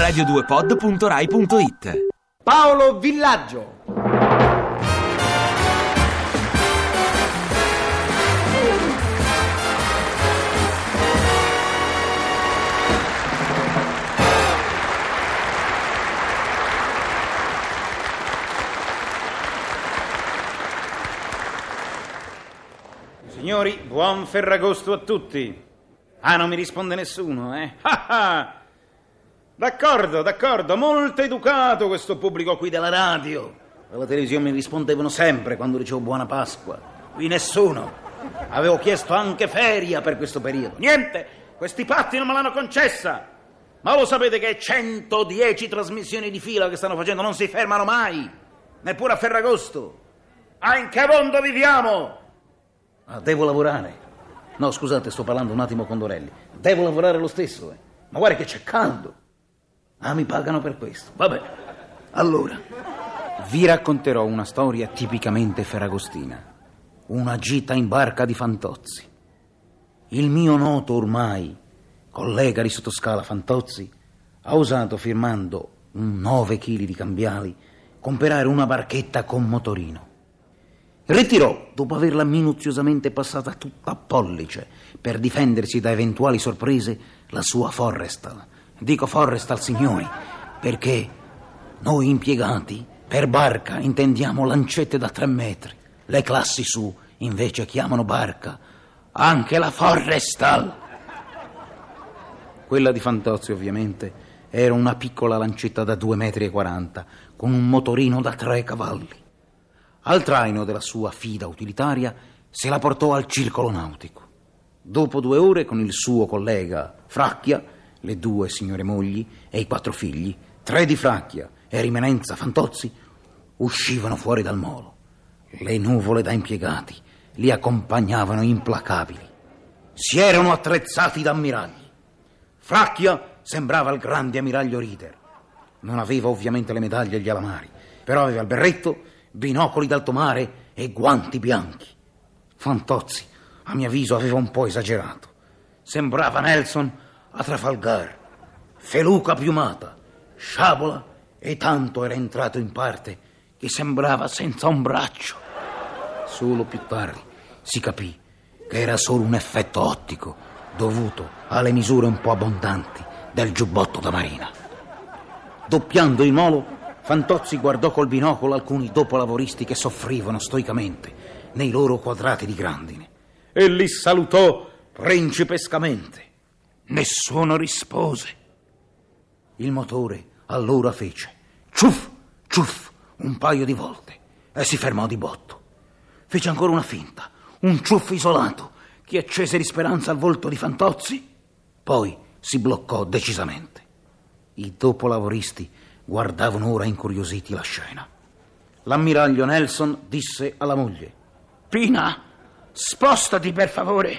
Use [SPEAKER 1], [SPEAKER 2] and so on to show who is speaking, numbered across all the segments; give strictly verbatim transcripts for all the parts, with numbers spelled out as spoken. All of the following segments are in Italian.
[SPEAKER 1] radio due pod punto rai punto it.
[SPEAKER 2] Paolo Villaggio.
[SPEAKER 3] Signori, buon Ferragosto a tutti. Ah, non mi risponde nessuno, eh? Ah, ah. D'accordo, d'accordo, molto educato questo pubblico qui della radio. Alla televisione mi rispondevano sempre quando dicevo buona Pasqua. Qui nessuno. Avevo chiesto anche feria per questo periodo. Niente, questi patti non me l'hanno concessa. Ma lo sapete che centodieci trasmissioni di fila che stanno facendo non si fermano mai? Neppure a Ferragosto. Ah, in che mondo viviamo? Ah, devo lavorare. No, scusate, sto parlando un attimo con Dorelli. Devo lavorare lo stesso, eh. Ma guarda che c'è caldo. Ah, mi pagano per questo. Vabbè. Allora, vi racconterò una storia tipicamente ferragostina. Una gita in barca di Fantozzi. Il mio noto ormai collega di sottoscala Fantozzi ha osato, firmando un nove chili di cambiali, comprare una barchetta con motorino. Ritirò, dopo averla minuziosamente passata tutta a pollice per difendersi da eventuali sorprese, la sua Forrestal. Dico Forrestal, signori, perché noi impiegati per barca intendiamo lancette da tre metri. Le classi su invece chiamano barca anche la Forrestal. Quella di Fantozzi, ovviamente, era una piccola lancetta da due metri e quaranta con un motorino da tre cavalli. Al traino della sua fida utilitaria se la portò al circolo nautico. Dopo due ore, con il suo collega Fracchia, le due signore mogli e i quattro figli, tre di Fracchia e Rimanenza Fantozzi, uscivano fuori dal molo. Le nuvole da impiegati li accompagnavano implacabili. Si erano attrezzati da ammiragli. Fracchia sembrava il grande ammiraglio Reeder. Non aveva ovviamente le medaglie agli alamari, però aveva il berretto, binocoli d'alto mare e guanti bianchi. Fantozzi, a mio avviso, aveva un po' esagerato. Sembrava Nelson a Trafalgar, feluca piumata, sciabola, e tanto era entrato in parte che sembrava senza un braccio. Solo più tardi si capì che era solo un effetto ottico dovuto alle misure un po' abbondanti del giubbotto da marina. Doppiando il molo, Fantozzi guardò col binocolo alcuni dopolavoristi che soffrivano stoicamente nei loro quadrati di grandine e li salutò principescamente. Nessuno rispose. Il motore allora fece ciuff, ciuff un paio di volte e si fermò di botto. Fece ancora una finta, un ciuff isolato che accese di speranza al volto di Fantozzi, poi si bloccò decisamente. I dopolavoristi guardavano ora incuriositi la scena. L'ammiraglio Nelson disse alla moglie: «Pina, spostati per favore».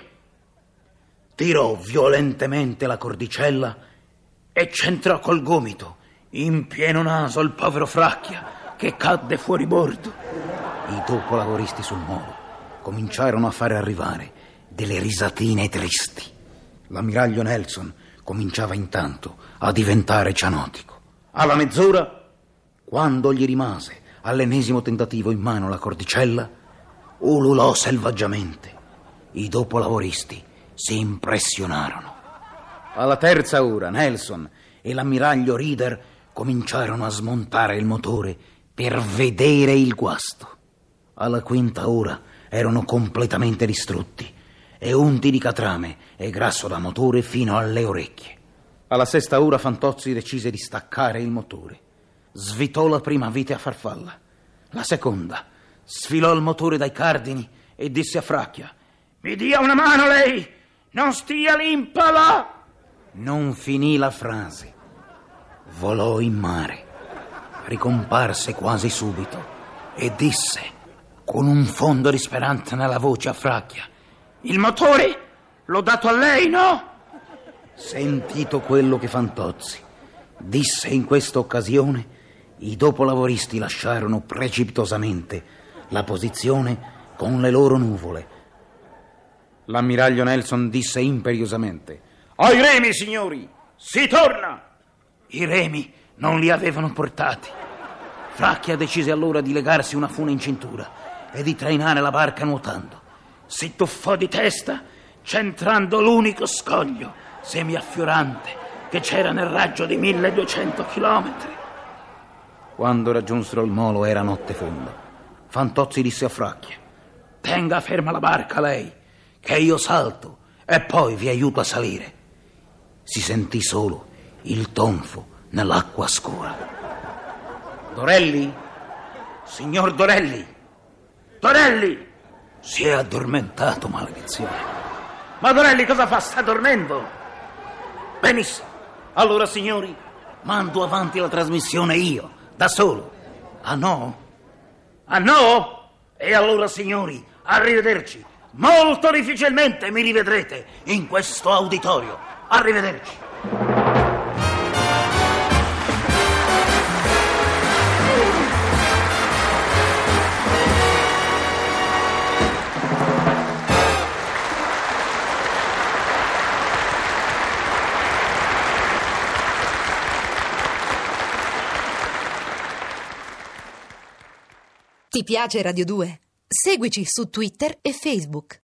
[SPEAKER 3] Tirò violentemente la cordicella e centrò col gomito in pieno naso il povero Fracchia, che cadde fuori bordo. I dopolavoristi sul molo cominciarono a fare arrivare delle risatine tristi. L'ammiraglio Nelson cominciava intanto a diventare cianotico. Alla mezz'ora, quando gli rimase all'ennesimo tentativo in mano la cordicella, ululò selvaggiamente. I dopolavoristi si impressionarono. Alla terza ora, Nelson e l'ammiraglio Reeder cominciarono a smontare il motore per vedere il guasto. Alla quinta ora erano completamente distrutti e unti di catrame e grasso da motore fino alle orecchie. Alla sesta ora Fantozzi decise di staccare il motore. Svitò la prima vite a farfalla. La seconda sfilò il motore dai cardini e disse a Fracchia: «Mi dia una mano lei, non stia lì in palà». Non finì la frase. Volò in mare, ricomparse quasi subito e disse, con un fondo di speranza nella voce, a Fracchia: «Il motore l'ho dato a lei, no?» Sentito quello che Fantozzi disse in questa occasione, i dopolavoristi lasciarono precipitosamente la posizione con le loro nuvole. L'ammiraglio Nelson disse imperiosamente: «Ai remi, signori, si torna!» I remi non li avevano portati. Fracchia decise allora di legarsi una fune in cintura e di trainare la barca nuotando. Si tuffò di testa, centrando l'unico scoglio semiaffiorante che c'era nel raggio di milleduecento chilometri. Quando raggiunsero il molo era notte fonda. Fantozzi disse a Fracchia: tenga ferma la barca lei, che io salto e poi vi aiuto a salire. Si sentì solo il tonfo nell'acqua scura. Dorelli? Signor Dorelli? Dorelli! Si è addormentato, maledizione. Ma Dorelli cosa fa? Sta dormendo? Benissimo. Allora, signori, mando avanti la trasmissione io, da solo. Ah no? Ah no? E allora, signori, arrivederci. Molto difficilmente mi rivedrete in questo auditorio. Arrivederci.
[SPEAKER 4] Ti piace Radio due? Seguici su Twitter e Facebook.